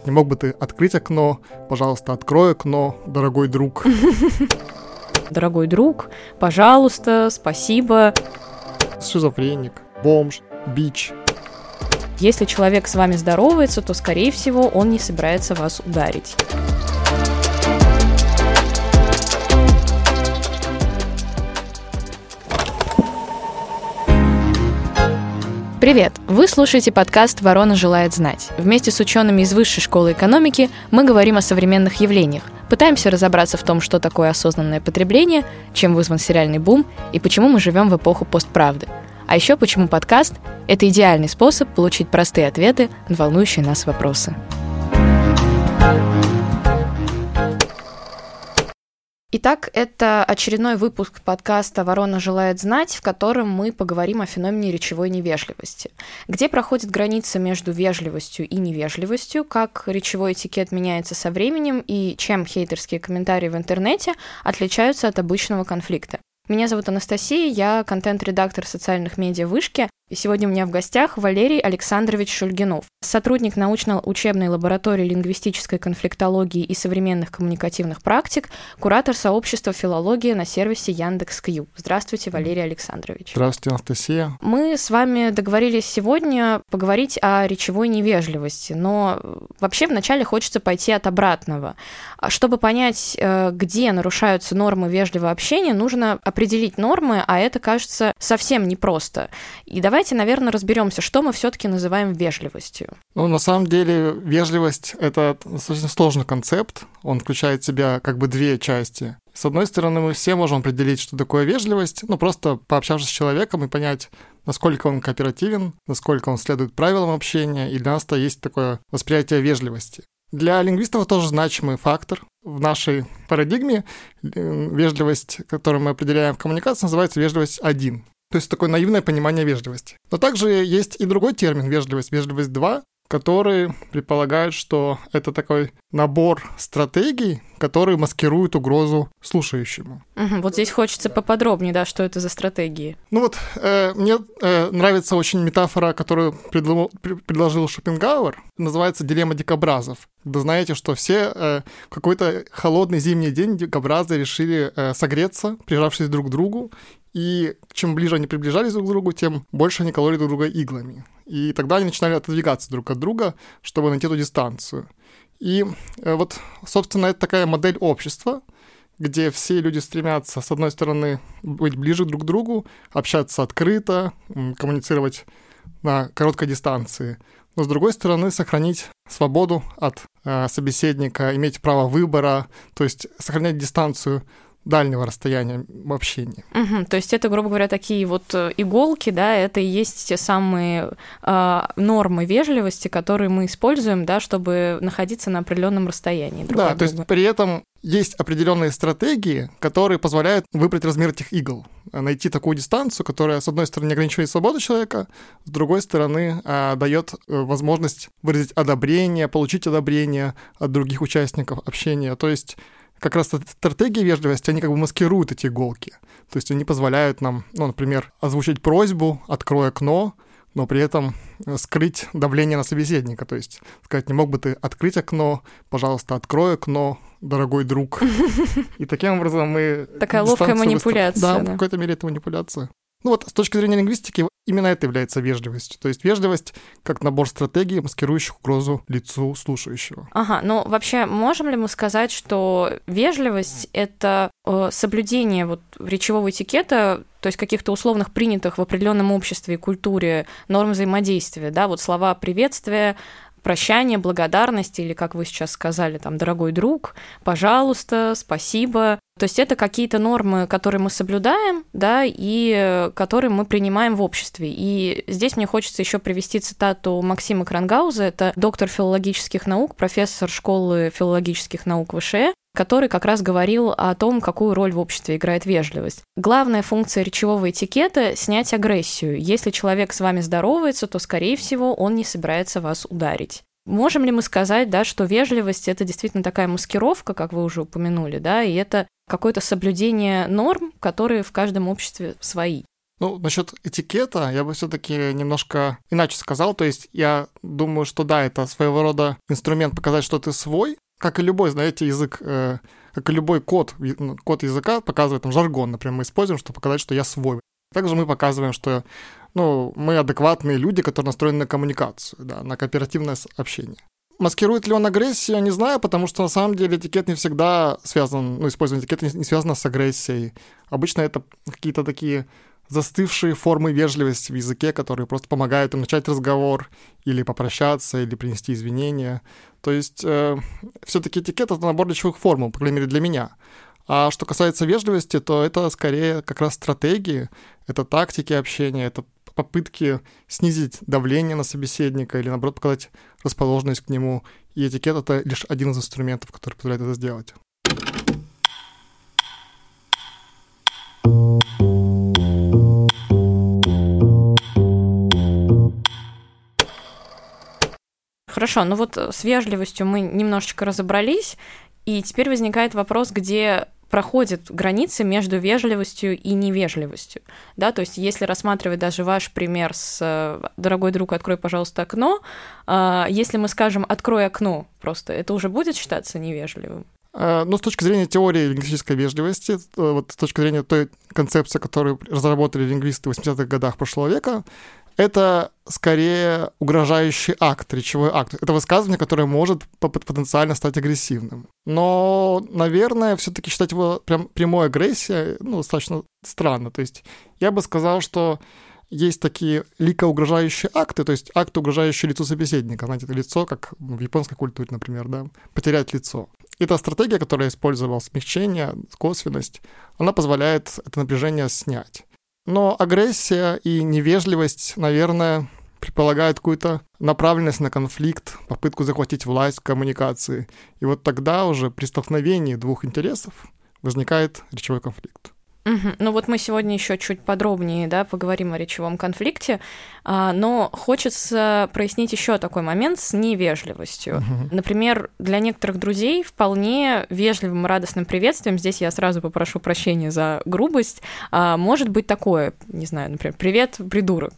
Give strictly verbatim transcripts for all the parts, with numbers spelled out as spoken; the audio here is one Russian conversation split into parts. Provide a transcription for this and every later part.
не мог бы ты открыть окно? Пожалуйста, открой окно, дорогой друг. Дорогой друг, пожалуйста, спасибо. Шизофреник, бомж, бич. Если человек с вами здоровается, то, скорее всего, он не собирается вас ударить. Привет! Вы слушаете подкаст «Ворона желает знать». Вместе с учеными из Высшей школы экономики мы говорим о современных явлениях, пытаемся разобраться в том, что такое осознанное потребление, чем вызван сериальный бум и почему мы живем в эпоху постправды. А еще почему подкаст – это идеальный способ получить простые ответы на волнующие нас вопросы. Итак, это очередной выпуск подкаста «Ворона желает знать», в котором мы поговорим о феномене речевой невежливости. Где проходит граница между вежливостью и невежливостью, как речевой этикет меняется со временем и чем хейтерские комментарии в интернете отличаются от обычного конфликта. Меня зовут Анастасия, я контент-редактор социальных медиа Вышки, и сегодня у меня в гостях Валерий Александрович Шульгинов, сотрудник научно-учебной лаборатории лингвистической конфликтологии и современных коммуникативных практик, куратор сообщества филологии на сервисе Яндекс.Кью. Здравствуйте, Валерий Александрович. Здравствуйте, Анастасия. Мы с вами договорились сегодня поговорить о речевой невежливости, но вообще вначале хочется пойти от обратного. Чтобы понять, где нарушаются нормы вежливого общения, нужно определить нормы, а это, кажется, совсем непросто. И давайте, наверное, разберемся, что мы все-таки называем вежливостью. Ну, на самом деле, вежливость — это достаточно сложный концепт. Он включает в себя как бы две части. С одной стороны, мы все можем определить, что такое вежливость, ну, просто пообщавшись с человеком и понять, насколько он кооперативен, насколько он следует правилам общения, и для нас-то есть такое восприятие вежливости. Для лингвистов тоже значимый фактор. В нашей парадигме вежливость, которую мы определяем в коммуникации, называется вежливость один. То есть такое наивное понимание вежливости. Но также есть и другой термин вежливость, вежливость два, который предполагает, что это такой набор стратегий, которые маскируют угрозу слушающему. Угу, вот здесь хочется поподробнее, да, что это за стратегии. Ну вот, э, мне э, нравится очень метафора, которую предло- предложил Шопенгауэр, называется «Дилемма дикобразов». Вы знаете, что все э, в какой-то холодный зимний день дикобразы решили э, согреться, прижавшись друг к другу, и чем ближе они приближались друг к другу, тем больше они кололи друг друга иглами. И тогда они начинали отодвигаться друг от друга, чтобы найти эту дистанцию. И э, вот, собственно, это такая модель общества, где все люди стремятся, с одной стороны, быть ближе друг к другу, общаться открыто, коммуницировать на короткой дистанции, но, с другой стороны, сохранить свободу от э, собеседника, иметь право выбора, то есть сохранять дистанцию дальнего расстояния в общении. Угу, то есть это, грубо говоря, такие вот иголки, да, это и есть те самые э, нормы вежливости, которые мы используем, да, чтобы находиться на определенном расстоянии друг да, от то друга. есть при этом есть определенные стратегии, которые позволяют выбрать размер этих игл, найти такую дистанцию, которая, с одной стороны, не ограничивает свободу человека, с другой стороны, э, дает возможность выразить одобрение, получить одобрение от других участников общения. То есть как раз стратегии вежливости, они как бы маскируют эти иголки. То есть они позволяют нам, ну, например, озвучить просьбу «открой окно», но при этом скрыть давление на собеседника. То есть сказать, не мог бы ты открыть окно, пожалуйста, открой окно, дорогой друг. И таким образом мы... Такая ловкая манипуляция. Да, в какой-то мере это манипуляция. Ну вот, с точки зрения лингвистики, именно это является вежливостью. То есть вежливость как набор стратегий, маскирующих угрозу лицу слушающего. Ага, ну вообще можем ли мы сказать, что вежливость — это э, соблюдение вот речевого этикета, то есть каких-то условных принятых в определенном обществе и культуре норм взаимодействия, да, вот слова приветствия, прощание, благодарность, или, как вы сейчас сказали, там, дорогой друг, пожалуйста, спасибо. То есть это какие-то нормы, которые мы соблюдаем, да, и которые мы принимаем в обществе. И здесь мне хочется еще привести цитату Максима Крангауза, это доктор филологических наук, профессор школы филологических наук ВШЭ, который как раз говорил о том, какую роль в обществе играет вежливость. Главная функция речевого этикета — снять агрессию. Если человек с вами здоровается, то, скорее всего, он не собирается вас ударить. Можем ли мы сказать, да, что вежливость — это действительно такая маскировка, как вы уже упомянули, да, и это какое-то соблюдение норм, которые в каждом обществе свои? Ну, насчет этикета я бы все-таки немножко иначе сказал. То есть я думаю, что да, это своего рода инструмент показать, что ты свой. Как и любой, знаете, язык, э, как и любой код, код языка показывает там жаргон, например, мы используем, чтобы показать, что я свой. Также мы показываем, что ну, мы адекватные люди, которые настроены на коммуникацию, да, на кооперативное общение. Маскирует ли он агрессию, я не знаю, потому что на самом деле этикет не всегда связан, ну, использование этикета не связано с агрессией. Обычно это какие-то такие застывшие формы вежливости в языке, которые просто помогают им начать разговор или попрощаться, или принести извинения. То есть э, все-таки этикет — это набор речевых формул, по крайней мере для меня. А что касается вежливости, то это скорее как раз стратегии, это тактики общения, это попытки снизить давление на собеседника или, наоборот, показать расположенность к нему. И этикет — это лишь один из инструментов, который позволяет это сделать. Хорошо, ну вот с вежливостью мы немножечко разобрались, и теперь возникает вопрос, где проходят границы между вежливостью и невежливостью, да, то есть если рассматривать даже ваш пример с «дорогой друг, открой, пожалуйста, окно», если мы скажем «открой окно», просто это уже будет считаться невежливым? Ну, с точки зрения теории лингвистической вежливости, вот с точки зрения той концепции, которую разработали лингвисты в восьмидесятых годах прошлого века, это скорее угрожающий акт, речевой акт. Это высказывание, которое может потенциально стать агрессивным. Но, наверное, все-таки считать его прям прямой агрессией, ну, достаточно странно. То есть я бы сказал, что есть такие ликоугрожающие акты, то есть акты, угрожающие лицу собеседника. Знаете, это лицо, как в японской культуре, например, да, потерять лицо. Эта стратегия, которую я использовал, смягчение, косвенность, она позволяет это напряжение снять. Но агрессия и невежливость, наверное, предполагают какую-то направленность на конфликт, попытку захватить власть в коммуникации. И вот тогда уже при столкновении двух интересов возникает речевой конфликт. Угу. Ну вот мы сегодня еще чуть подробнее, да, поговорим о речевом конфликте, но хочется прояснить еще такой момент с невежливостью. Угу. Например, для некоторых друзей вполне вежливым и радостным приветствием, здесь я сразу попрошу прощения за грубость, может быть такое, не знаю, например, «привет, придурок»,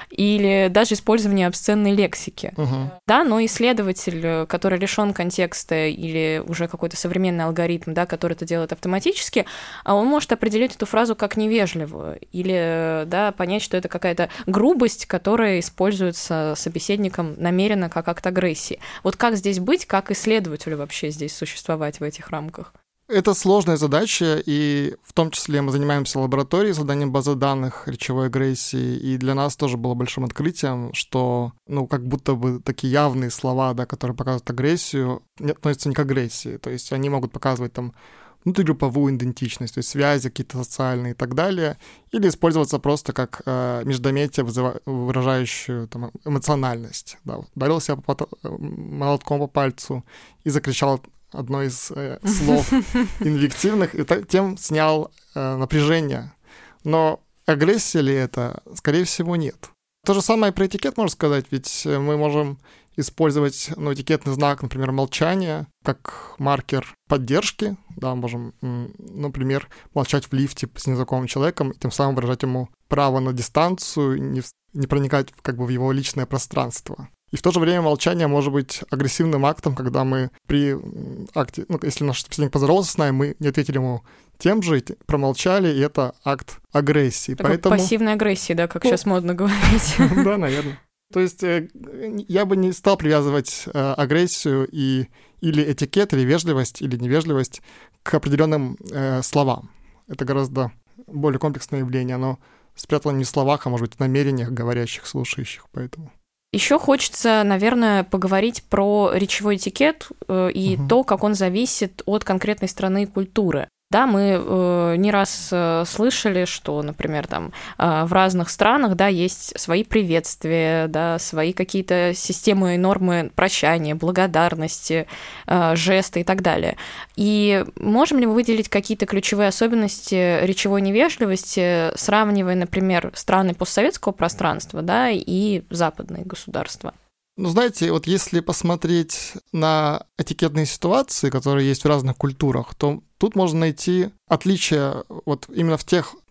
или даже использование обсценной лексики. Угу. Да, но исследователь, который лишен контекста или уже какой-то современный алгоритм, да, который это делает автоматически, он может определить эту фразу как невежливую или, да, понять, что это какая-то грубость, которая используется собеседником намеренно как акт агрессии. Вот как здесь быть, как исследователю вообще здесь существовать в этих рамках? Это сложная задача, и в том числе мы занимаемся лабораторией, созданием базы данных речевой агрессии, и для нас тоже было большим открытием, что, ну, как будто бы такие явные слова, да, которые показывают агрессию, не относятся не к агрессии, то есть они могут показывать там внутригрупповую идентичность, то есть связи какие-то социальные и так далее, или использоваться просто как э, междометие, вызыва- выражающую там, эмоциональность. Да. Ударил себя по, молотком по пальцу и закричал одно из э, слов инвективных, и тем снял э, напряжение. Но агрессия ли это? Скорее всего, нет. То же самое про этикет можно сказать, ведь мы можем использовать, ну, этикетный знак, например, молчание, как маркер поддержки, да, можем, например, молчать в лифте с незнакомым человеком, и тем самым выражать ему право на дистанцию, не, не проникать как бы в его личное пространство. И в то же время молчание может быть агрессивным актом, когда мы при акте, ну, если наш собеседник поздоровался с нами, мы не ответили ему тем же, промолчали, и это акт агрессии. Такой Поэтому... пассивной агрессии, да, как ну, сейчас модно говорить. Да, наверное. То есть я бы не стал привязывать э, агрессию и или этикет, или вежливость, или невежливость к определенным э, словам. Это гораздо более комплексное явление. Оно спрятано не в словах, а, может быть, в намерениях говорящих, слушающих. Поэтому... Еще хочется, наверное, поговорить про речевой этикет э, и угу. то, как он зависит от конкретной страны и культуры. Да, мы э, не раз э, слышали, что, например, там э, в разных странах, да, есть свои приветствия, да, свои какие-то системы и нормы прощания, благодарности, э, жесты и так далее. И можем ли мы выделить какие-то ключевые особенности речевой невежливости, сравнивая, например, страны постсоветского пространства, да, и западные государства? Ну, знаете, вот если посмотреть на этикетные ситуации, которые есть в разных культурах, то тут можно найти отличия вот именно в тех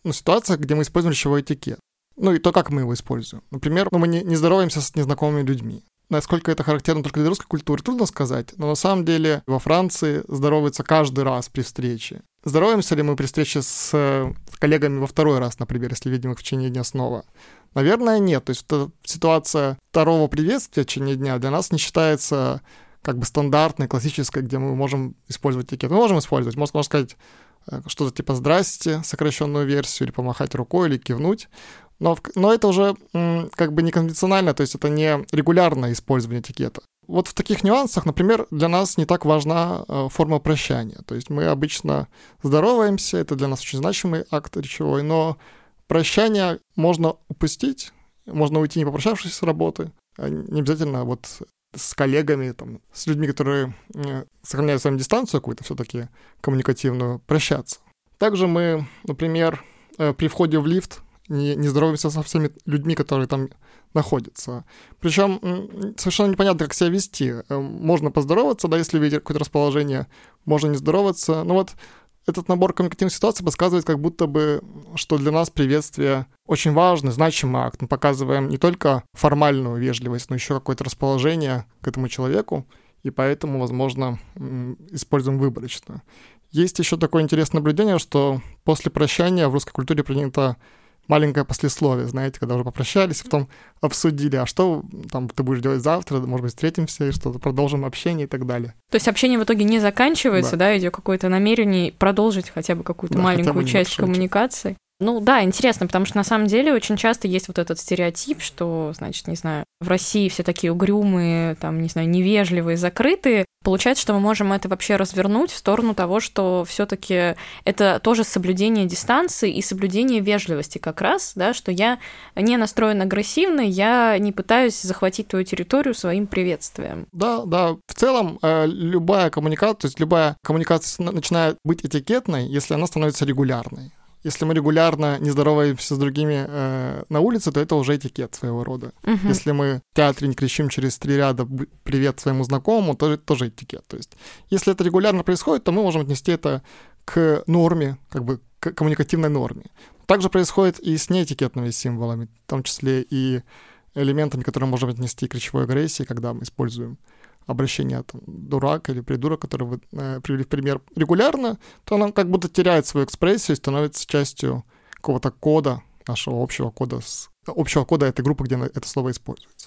ну, ситуациях, где мы используем речевой этикет. Ну и то, как мы его используем. Например, ну, мы не, не здороваемся с незнакомыми людьми. Насколько это характерно только для русской культуры, трудно сказать. Но на самом деле во Франции здороваются каждый раз при встрече. Здороваемся ли мы при встрече с коллегами во второй раз, например, если видим их в течение дня снова? Наверное, нет. То есть эта ситуация второго приветствия в течение дня для нас не считается как бы стандартной, классической, где мы можем использовать этикет. Мы можем использовать, можно сказать что-то типа «здрасте», сокращенную версию, или помахать рукой, или кивнуть. Но, но это уже м, как бы не конвенционально, то есть это не регулярное использование этикета. Вот в таких нюансах, например, для нас не так важна э, форма прощания. То есть мы обычно здороваемся, это для нас очень значимый акт речевой, но прощание можно упустить, можно уйти, не попрощавшись с работы, не обязательно вот с коллегами, там, с людьми, которые э, сохраняют с вами дистанцию какую-то все-таки коммуникативную, прощаться. Также мы, например, э, при входе в лифт не, не здороваемся со всеми людьми, которые там находятся. Причем совершенно непонятно, как себя вести. Можно поздороваться, да, если видите какое-то расположение, можно не здороваться. Но вот этот набор коммуникативных ситуаций подсказывает, как будто бы, что для нас приветствие очень важный, значимый акт. Мы показываем не только формальную вежливость, но еще какое-то расположение к этому человеку, и поэтому, возможно, используем выборочно. Есть еще такое интересное наблюдение, что после прощания в русской культуре принято маленькое послесловие, знаете, когда уже попрощались, потом обсудили, а что там ты будешь делать завтра, может быть, встретимся и что-то, продолжим общение и так далее. То есть общение в итоге не заканчивается, да, да идет какое-то намерение продолжить хотя бы какую-то да, маленькую часть коммуникации. Ну да, интересно, потому что на самом деле очень часто есть вот этот стереотип, что, значит, не знаю, в России все такие угрюмые, там, не знаю, невежливые, закрытые. Получается, что мы можем это вообще развернуть в сторону того, что все-таки это тоже соблюдение дистанции и соблюдение вежливости как раз, да, что я не настроен агрессивно, я не пытаюсь захватить твою территорию своим приветствием. Да, да. В целом э, любая коммуникация, то есть любая коммуникация начинает быть этикетной, если она становится регулярной. Если мы регулярно не здороваемся с другими э, на улице, то это уже этикет своего рода. Uh-huh. Если мы в театре не кричим через три ряда «привет» своему знакомому, то это тоже этикет. То есть если это регулярно происходит, то мы можем отнести это к норме, как бы к коммуникативной норме. Также происходит и с неэтикетными символами, в том числе и элементами, которые можем отнести к речевой агрессии, когда мы используем обращение там, «дурак» или «придурок», который вы э, привели в пример, регулярно, то оно как будто теряет свою экспрессию и становится частью какого-то кода, нашего общего кода, с, общего кода этой группы, где это слово используется.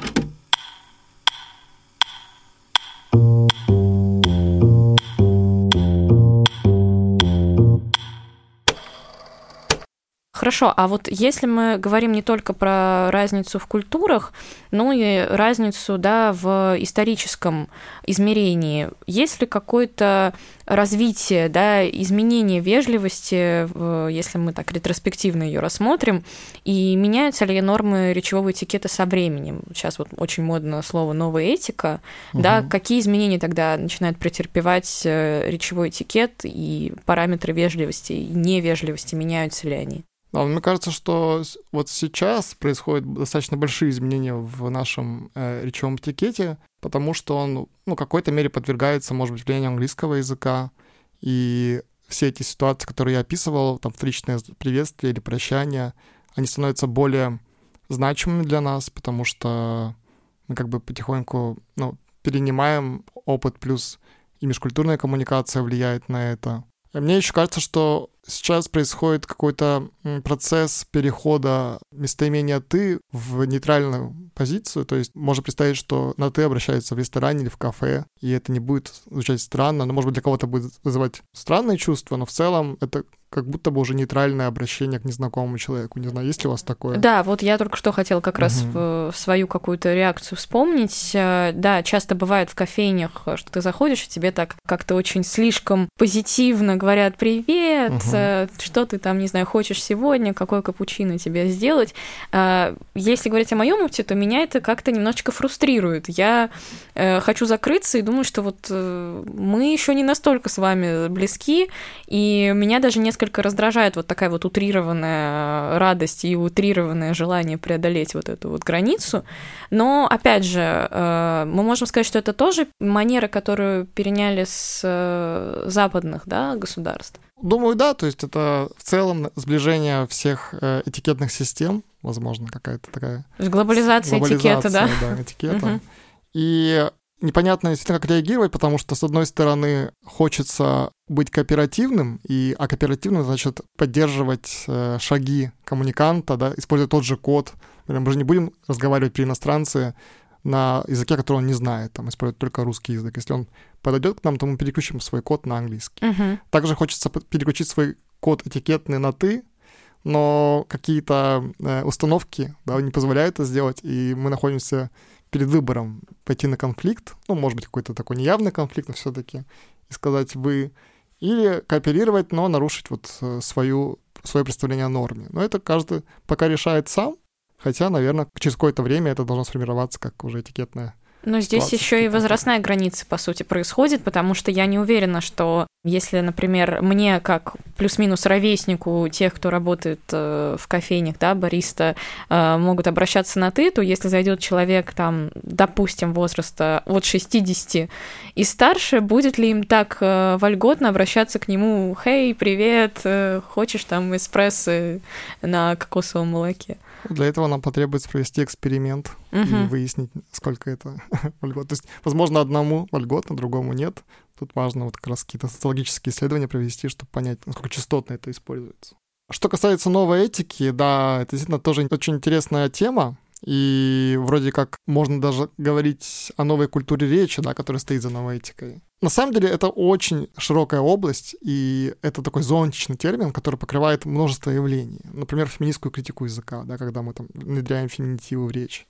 Хорошо, а вот если мы говорим не только про разницу в культурах, но и разницу, да, в историческом измерении, есть ли какое-то развитие, да, изменение вежливости, если мы так ретроспективно ее рассмотрим, и меняются ли нормы речевого этикета со временем? Сейчас вот очень модно слово «новая этика», угу. да, какие изменения тогда начинает претерпевать речевой этикет, и параметры вежливости и невежливости, меняются ли они? Да, мне кажется, что вот сейчас происходят достаточно большие изменения в нашем э, речевом этикете, потому что он, ну, в какой-то мере подвергается, может быть, влиянию английского языка, и все эти ситуации, которые я описывал, там, вторичное приветствие или прощание, они становятся более значимыми для нас, потому что мы как бы потихоньку, ну, перенимаем опыт, плюс и межкультурная коммуникация влияет на это. Мне еще кажется, что сейчас происходит какой-то процесс перехода местоимения «ты» в нейтральную позицию. То есть можно представить, что на «ты» обращаются в ресторане или в кафе, и это не будет звучать странно, но, может быть, для кого-то будет вызывать странные чувства, но в целом это как будто бы уже нейтральное обращение к незнакомому человеку. Не знаю, есть ли у вас такое? Да, вот я только что хотела как раз угу. в, в свою какую-то реакцию вспомнить. Да, часто бывает в кофейнях, что ты заходишь, и тебе так как-то очень слишком позитивно говорят «привет», угу. что ты там, не знаю, хочешь сегодня, какой капучино тебе сделать. Если говорить о моем опыте, то меня это как-то немножечко фрустрирует. Я хочу закрыться и думаю, что вот мы еще не настолько с вами близки, и меня даже несколько несколько раздражает вот такая вот утрированная радость и утрированное желание преодолеть вот эту вот границу. Но, опять же, мы можем сказать, что это тоже манера, которую переняли с западных, да, государств. Думаю, да, то есть это в целом сближение всех э, этикетных систем, возможно, какая-то такая... Глобализация, глобализация этикета, да? Да, этикета. Угу. И непонятно действительно, как реагировать, потому что, с одной стороны, хочется быть кооперативным, и, а кооперативным значит поддерживать э, шаги коммуниканта, да, используя тот же код. Мы же не будем разговаривать при иностранце на языке, который он не знает, там, использовать только русский язык. Если он подойдет к нам, то мы переключим свой код на английский. Uh-huh. Также хочется переключить свой код этикетный на «ты», но какие-то э, установки, да, не позволяют это сделать, и мы находимся перед выбором пойти на конфликт, ну, может быть, какой-то такой неявный конфликт, но все-таки, и сказать «вы», или кооперировать, но нарушить вот свою, свое представление о норме. Но это каждый пока решает сам, хотя, наверное, через какое-то время это должно сформироваться как уже этикетная. Но здесь еще и возрастная граница, по сути, происходит, потому что я не уверена, что если, например, мне, как плюс-минус ровеснику тех, кто работает в кофейнях, да, бариста, могут обращаться на «ты», то если зайдет человек, там, допустим, возраста от шестидесяти и старше, будет ли им так вольготно обращаться к нему: «Хей, привет, хочешь там эспрессо на кокосовом молоке?» Для этого нам потребуется провести эксперимент uh-huh. и выяснить, сколько это вольготно. То есть, возможно, одному вольготно, другому нет. Тут важно вот как раз какие-то социологические исследования провести, чтобы понять, насколько частотно это используется. Что касается новой этики, да, это действительно тоже очень интересная тема. И вроде как можно даже говорить о новой культуре речи, да, которая стоит за новой этикой. На самом деле это очень широкая область, и это такой зонтичный термин, который покрывает множество явлений. Например, феминистскую критику языка, да, когда мы там внедряем феминитивы в речь.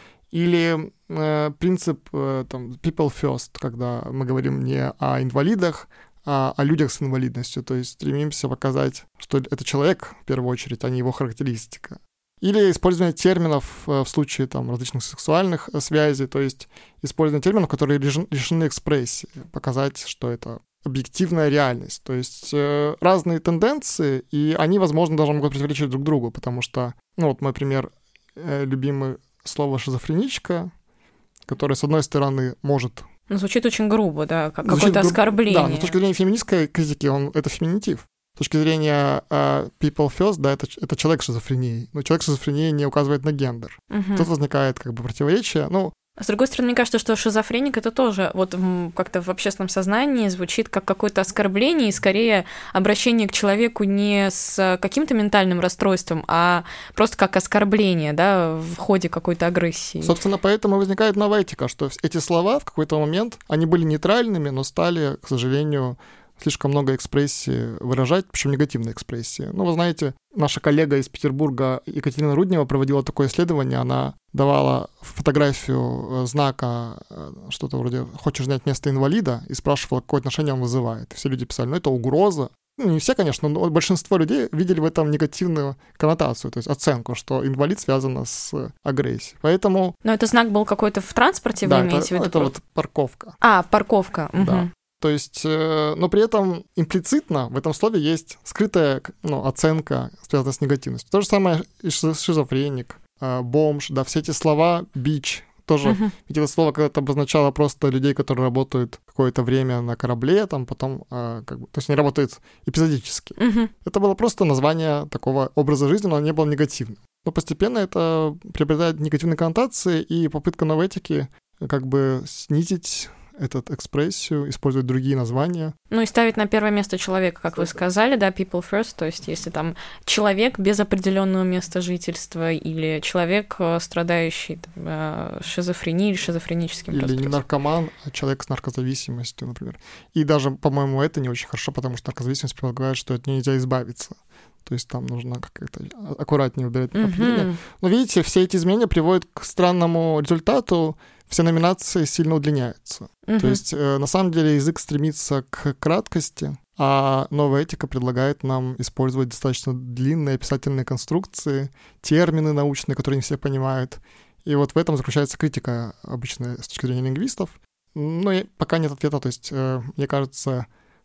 Или э, принцип э, там, people first, когда мы говорим не о инвалидах, а о людях с инвалидностью. То есть стремимся показать, что это человек в первую очередь, а не его характеристика. Или использование терминов в случае там, различных сексуальных связей, то есть использование терминов, которые лишены экспрессии, показать, что это объективная реальность. То есть э, разные тенденции, и они, возможно, даже могут противоречить друг другу, потому что, ну вот мой пример, э, любимое слово «шизофреничка», которое, с одной стороны, может... Ну, звучит очень грубо, да, как какое-то гру... оскорбление. Да, но с точки зрения феминистской критики он, это феминитив. С точки зрения uh, people first, да, это, это человек с шизофренией. Но человек с шизофренией не указывает на гендер. Uh-huh. Тут возникает как бы противоречие. Ну, с другой стороны, мне кажется, что шизофреник — это тоже вот как-то в общественном сознании звучит как какое-то оскорбление и скорее обращение к человеку не с каким-то ментальным расстройством, а просто как оскорбление, да, в ходе какой-то агрессии. Собственно, поэтому возникает новая этика, что эти слова в какой-то момент, они были нейтральными, но стали, к сожалению, слишком много экспрессии выражать, причем негативной экспрессии. Ну, вы знаете, наша коллега из Петербурга Екатерина Руднева проводила такое исследование. Она давала фотографию знака, что-то вроде «хочешь занять место инвалида», и спрашивала, какое отношение он вызывает. Все люди писали, ну, это угроза. Ну, не все, конечно, но большинство людей видели в этом негативную коннотацию, то есть оценку, что инвалид связано с агрессией. Поэтому... Но это знак был какой-то в транспорте, вы да, имеете это, в виду? это вот парковка. А, парковка. Угу. Да. То есть, но при этом имплицитно в этом слове есть скрытая, ну, оценка, связанная с негативностью. То же самое и шизофреник, бомж, да, все эти слова, бич, тоже, uh-huh. ведь это слово когда-то обозначало просто людей, которые работают какое-то время на корабле, там потом, как бы, то есть они работают эпизодически. Uh-huh. Это было просто название такого образа жизни, но оно не было негативным. Но постепенно это приобретает негативные коннотации, и попытка новой этики как бы снизить эту экспрессию, использовать другие названия. Ну и ставить на первое место человека, как вы сказали, да, people first, то есть если там человек без определенного места жительства или человек, страдающий там, шизофренией или шизофреническим или расстройством. Не наркоман, а человек с наркозависимостью, например. И даже, по-моему, это не очень хорошо, потому что наркозависимость предполагает, что от нее нельзя избавиться. То есть там нужно как-то аккуратнее выбирать определение. Mm-hmm. Но видите, все эти изменения приводят к странному результату. Все номинации сильно удлиняются. Uh-huh. То есть, э, на самом деле, язык стремится к краткости, а новая этика предлагает нам использовать достаточно длинные описательные конструкции, термины научные, которые не все понимают. И вот в этом заключается критика обычно с точки зрения лингвистов. Но пока нет ответа. То есть, э, мне кажется,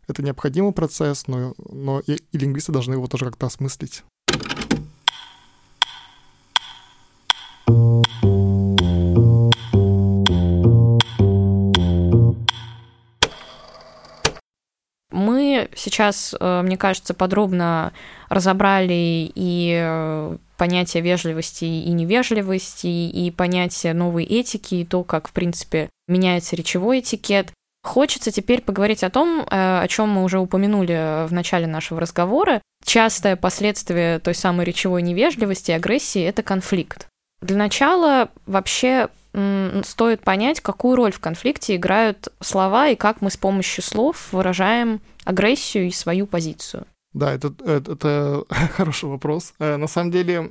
это необходимый процесс, но, но и, и лингвисты должны его тоже как-то осмыслить. Мы сейчас, мне кажется, подробно разобрали и понятие вежливости и невежливости, и понятие новой этики, и то, как, в принципе, меняется речевой этикет. Хочется теперь поговорить о том, о чем мы уже упомянули в начале нашего разговора. Частое последствие той самой речевой невежливости и агрессии — это конфликт. Для начала вообще стоит понять, какую роль в конфликте играют слова и как мы с помощью слов выражаем агрессию и свою позицию. Да, это, это, это хороший вопрос. На самом деле,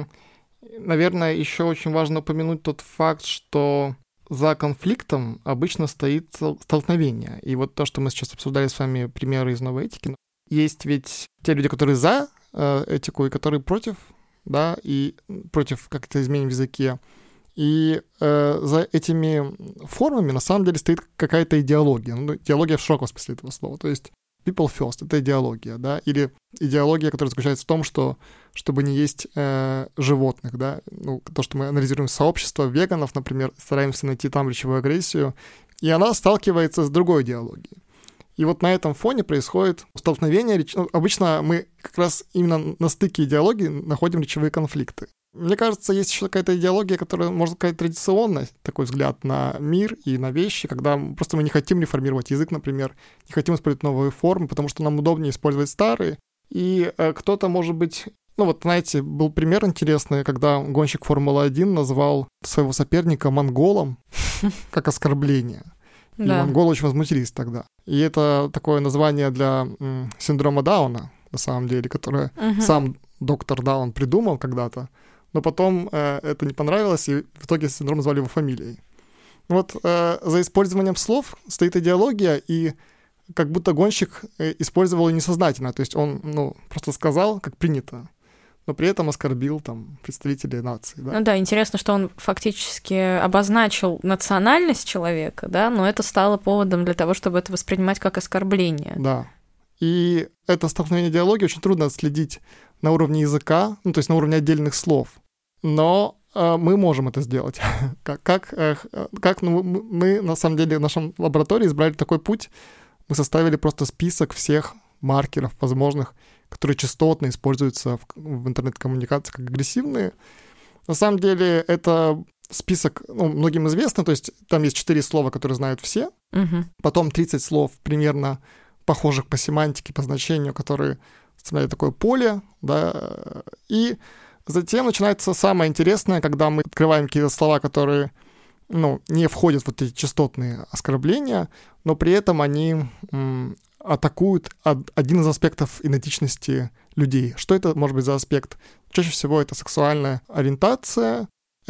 наверное, еще очень важно упомянуть тот факт, что за конфликтом обычно стоит столкновение. И вот то, что мы сейчас обсуждали с вами, примеры из новой этики, есть ведь те люди, которые за этику и которые против, да, и против как-то изменений в языке. И э, за этими формами на самом деле стоит какая-то идеология. Ну, идеология в широком смысле этого слова. То есть people first — это идеология, да, или идеология, которая заключается в том, что чтобы не есть э, животных, да, ну, то, что мы анализируем сообщество веганов, например, стараемся найти там речевую агрессию, и она сталкивается с другой идеологией. И вот на этом фоне происходит столкновение. Реч... Ну, обычно мы как раз именно на стыке идеологий находим речевые конфликты. Мне кажется, есть еще какая-то идеология, которая, можно сказать, традиционная, такой взгляд на мир и на вещи, когда просто мы не хотим реформировать язык, например, не хотим использовать новые формы, потому что нам удобнее использовать старые. И э, кто-то, может быть... Ну вот, знаете, был пример интересный, когда гонщик Формулы один назвал своего соперника монголом как оскорбление. И да. Монголы очень возмутились тогда. И это такое название для м, синдрома Дауна, на самом деле, которое uh-huh. сам доктор Даун придумал когда-то. Но потом э, это не понравилось, и в итоге синдром назвали его фамилией. Вот э, за использованием слов стоит идеология, и как будто гонщик использовал ее несознательно. То есть он, ну, просто сказал, как принято, но при этом оскорбил там представителей нации. Да? Ну да, интересно, что он фактически обозначил национальность человека, да, но это стало поводом для того, чтобы это воспринимать как оскорбление. Да. И это столкновение идеологии очень трудно отследить на уровне языка, ну, то есть на уровне отдельных слов. Но э, мы можем это сделать. как как, э, как ну, мы, на самом деле, в нашем лаборатории избрали такой путь. Мы составили просто список всех маркеров возможных, которые частотно используются в, в интернет-коммуникации как агрессивные. На самом деле это список, ну, многим известно, то есть там есть четыре слова, которые знают все, угу. потом тридцать слов примерно похожих по семантике, по значению, которые составляют такое поле, да, и затем начинается самое интересное, когда мы открываем какие-то слова, которые, ну, не входят в вот эти частотные оскорбления, но при этом они м, атакуют один из аспектов идентичности людей. Что это может быть за аспект? Чаще всего это сексуальная ориентация,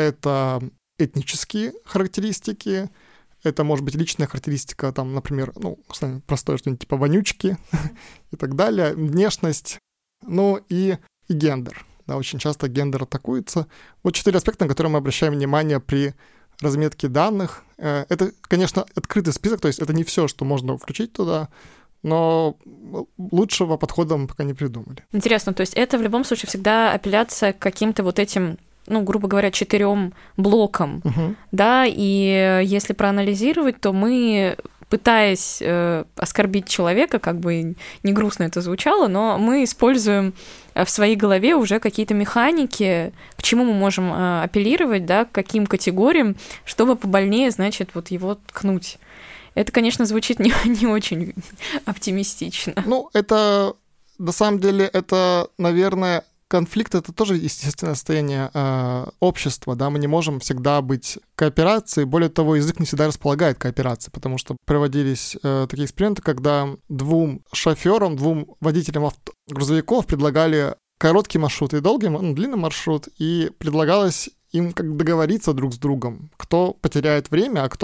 это этнические характеристики, это может быть личная характеристика, там, например, ну, простое что-нибудь типа вонючки и так далее, внешность, ну и, и гендер. Да, очень часто гендер атакуется. Вот четыре аспекта, на которые мы обращаем внимание при разметке данных. Это, конечно, открытый список, то есть это не все, что можно включить туда, но лучшего подхода мы пока не придумали. Интересно, то есть это в любом случае всегда апелляция к каким-то вот этим, ну, грубо говоря, четырем блокам, угу. да, и если проанализировать, то мы, пытаясь э, оскорбить человека, как бы не грустно это звучало, но мы используем в своей голове уже какие-то механики, к чему мы можем э, апеллировать, да, к каким категориям, чтобы побольнее, значит, вот его ткнуть. Это, конечно, звучит не, не очень оптимистично. Ну, это, на самом деле, это, наверное, конфликт — это тоже естественное состояние э, общества, да, мы не можем всегда быть кооперацией, более того, язык не всегда располагает кооперацией, потому что проводились э, такие эксперименты, когда двум шофёрам, двум водителям авто- грузовиков предлагали короткий маршрут и долгий, ну, длинный маршрут, и предлагалось им как договориться друг с другом, кто потеряет время, а кто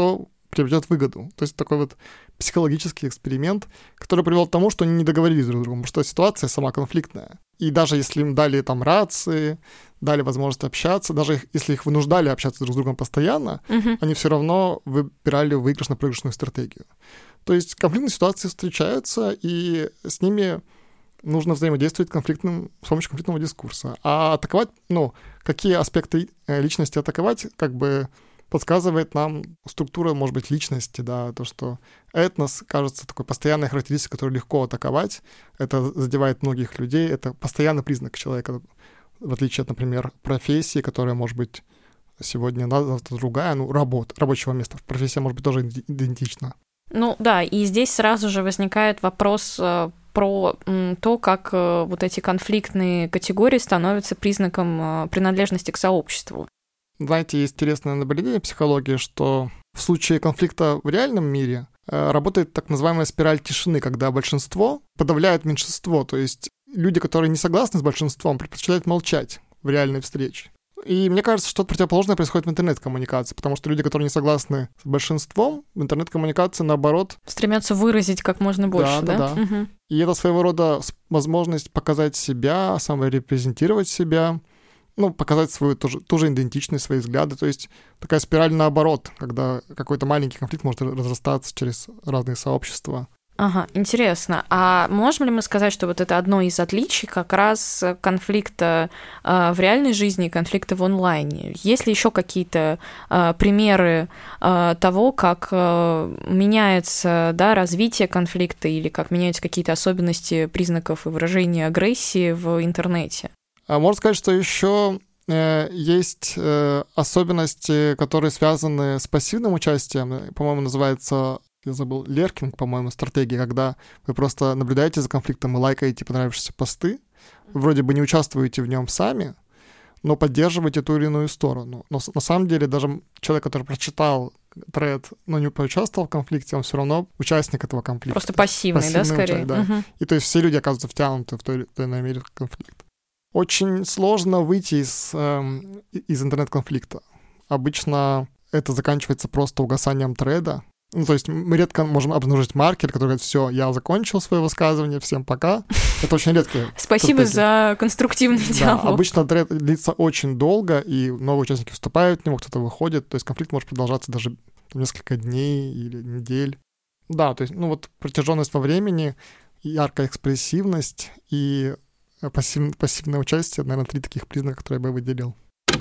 приведет в выгоду. То есть такой вот психологический эксперимент, который привел к тому, что они не договорились друг с другом, потому что ситуация сама конфликтная. И даже если им дали там рации, дали возможность общаться, даже их, если их вынуждали общаться друг с другом постоянно, uh-huh. они все равно выбирали выигрышно-проигрышную стратегию. То есть конфликтные ситуации встречаются, и с ними нужно взаимодействовать конфликтным, с помощью конфликтного дискурса. А атаковать, ну, какие аспекты личности атаковать, как бы подсказывает нам структура, может быть, личности, да, то, что этнос, кажется, такой постоянной характеристикой, которую легко атаковать, это задевает многих людей, это постоянный признак человека, в отличие от, например, профессии, которая, может быть, сегодня одна, завтра другая, ну, работа, рабочего места. Профессия, может быть, тоже идентична. Ну, да, и здесь сразу же возникает вопрос про то, как вот эти конфликтные категории становятся признаком принадлежности к сообществу. Знаете, есть интересное наблюдение в психологии, что в случае конфликта в реальном мире э, работает так называемая спираль тишины, когда большинство подавляет меньшинство, то есть люди, которые не согласны с большинством, предпочитают молчать в реальной встрече. И мне кажется, что противоположное происходит в интернет-коммуникации, потому что люди, которые не согласны с большинством, в интернет-коммуникации, наоборот... стремятся выразить как можно больше, да? Да, да, да. Угу. И это своего рода возможность показать себя, саморепрезентировать себя, ну, показать свою тоже, тоже идентичность, свои взгляды. То есть такая спираль наоборот, когда какой-то маленький конфликт может разрастаться через разные сообщества. Ага, интересно. А можем ли мы сказать, что вот это одно из отличий как раз конфликта э, в реальной жизни и конфликта в онлайне? Есть ли еще какие-то э, примеры э, того, как э, меняется, да, развитие конфликта или как меняются какие-то особенности признаков и выражения агрессии в интернете? Можно сказать, что еще э, есть э, особенности, которые связаны с пассивным участием. По-моему, называется, я забыл, леркинг, по-моему, стратегия, когда вы просто наблюдаете за конфликтом и лайкаете понравившиеся посты. Вы вроде бы не участвуете в нем сами, но поддерживаете ту или иную сторону. Но на самом деле даже человек, который прочитал тред, но не поучаствовал в конфликте, он все равно участник этого конфликта. Просто пассивный, пассивный, да, скорее? Участник, да. Угу. И то есть все люди оказываются втянуты в той или иной мере конфликт. Очень сложно выйти из, э, из интернет-конфликта. Обычно это заканчивается просто угасанием треда. Ну, то есть мы редко можем обнаружить маркер, который говорит: все, я закончил свое высказывание, всем пока. Это очень редко. Спасибо за конструктивный диалог. Да, обычно тред длится очень долго, и новые участники вступают в него, кто-то выходит. То есть конфликт может продолжаться даже несколько дней или недель. Да, то есть, ну вот протяженность во времени, яркая экспрессивность и Пассив, пассивное участие, наверное, три таких признака, которые я бы выделил.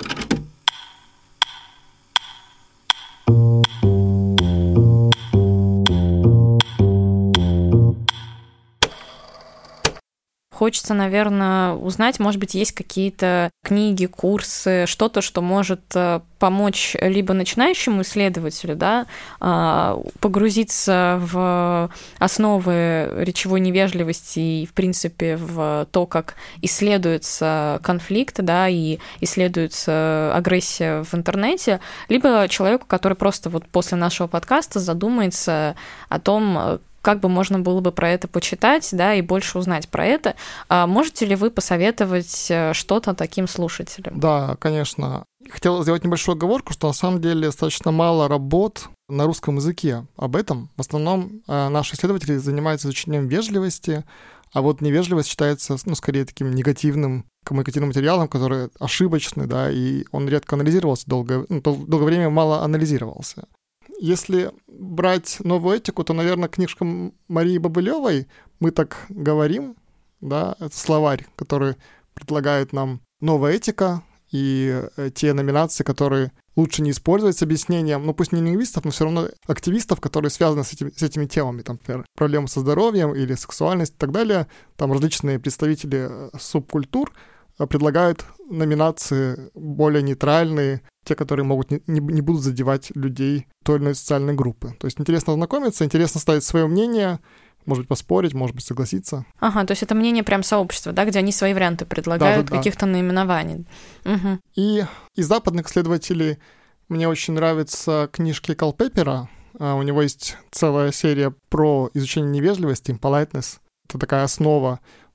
Хочется, наверное, узнать, может быть, есть какие-то книги, курсы, что-то, что может помочь либо начинающему исследователю, да, погрузиться в основы речевой невежливости и, в принципе, в то, как исследуется конфликт, да, и исследуется агрессия в интернете, либо человеку, который просто вот после нашего подкаста задумается о том, как бы можно было бы про это почитать, да, и больше узнать про это. А можете ли вы посоветовать что-то таким слушателям? Да, конечно. Хотел сделать небольшую оговорку, что на самом деле достаточно мало работ на русском языке об этом. В основном наши исследователи занимаются изучением вежливости, а вот невежливость считается, ну, скорее таким негативным коммуникативным материалом, который ошибочный, да, и он редко анализировался долгое, ну, долгое время мало анализировался. Если брать новую этику, то, наверное, книжка Марии Бобылевой «Мы так говорим», да, это словарь, который предлагает нам новая этика и те номинации, которые лучше не использовать с объяснением, ну пусть не лингвистов, но все равно активистов, которые связаны с этими, с этими темами, там, например, проблемы со здоровьем или сексуальность и так далее. Там различные представители субкультур предлагают номинации более нейтральные, те, которые могут не, не, не будут задевать людей той или иной социальной группы. То есть интересно ознакомиться, интересно ставить свое мнение, может быть, поспорить, может быть, согласиться. Ага, то есть это мнение прям сообщества, да, где они свои варианты предлагают, да, да, каких-то да. наименований. Угу. И из западных исследователей мне очень нравятся книжки Калпепера. У него есть целая серия про изучение невежливости, impoliteness. Это такая основа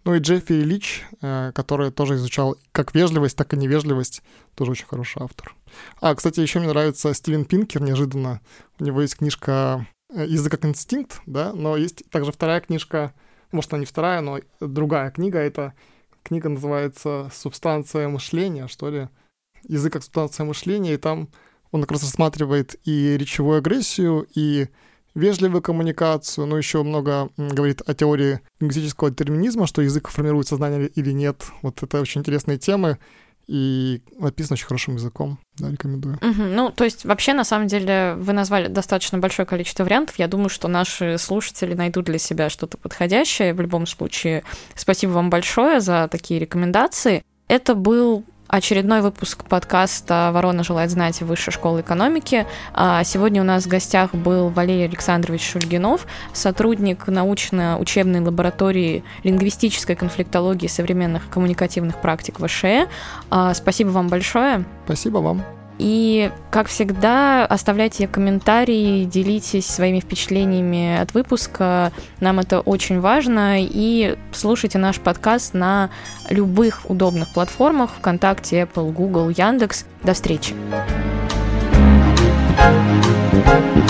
Ну и Джеффри Лич, который тоже изучал как вежливость, так и невежливость, тоже очень хороший автор. А, кстати, еще мне нравится Стивен Пинкер, неожиданно. У него есть книжка «Язык как инстинкт», да, но есть также вторая книжка, может, она не вторая, но другая книга, эта книга называется «Субстанция мышления», что ли, «Язык как субстанция мышления», и там он как раз рассматривает и речевую агрессию, и вежливую коммуникацию, но еще много говорит о теории лингвистического детерминизма, что язык формирует сознание или нет. Вот это очень интересные темы, и написано очень хорошим языком. Да, рекомендую. Угу. Ну, то есть вообще, на самом деле, вы назвали достаточно большое количество вариантов. Я думаю, что наши слушатели найдут для себя что-то подходящее. В любом случае, спасибо вам большое за такие рекомендации. Это был очередной выпуск подкаста «Ворона желает знать» Высшей школы экономики. Сегодня у нас в гостях был Валерий Александрович Шульгинов, сотрудник научно-учебной лаборатории лингвистической конфликтологии современных коммуникативных практик ВШЭ. Спасибо вам большое. Спасибо вам. И, как всегда, оставляйте комментарии, делитесь своими впечатлениями от выпуска. Нам это очень важно. И слушайте наш подкаст на любых удобных платформах: ВКонтакте, Apple, Google, Яндекс. До встречи!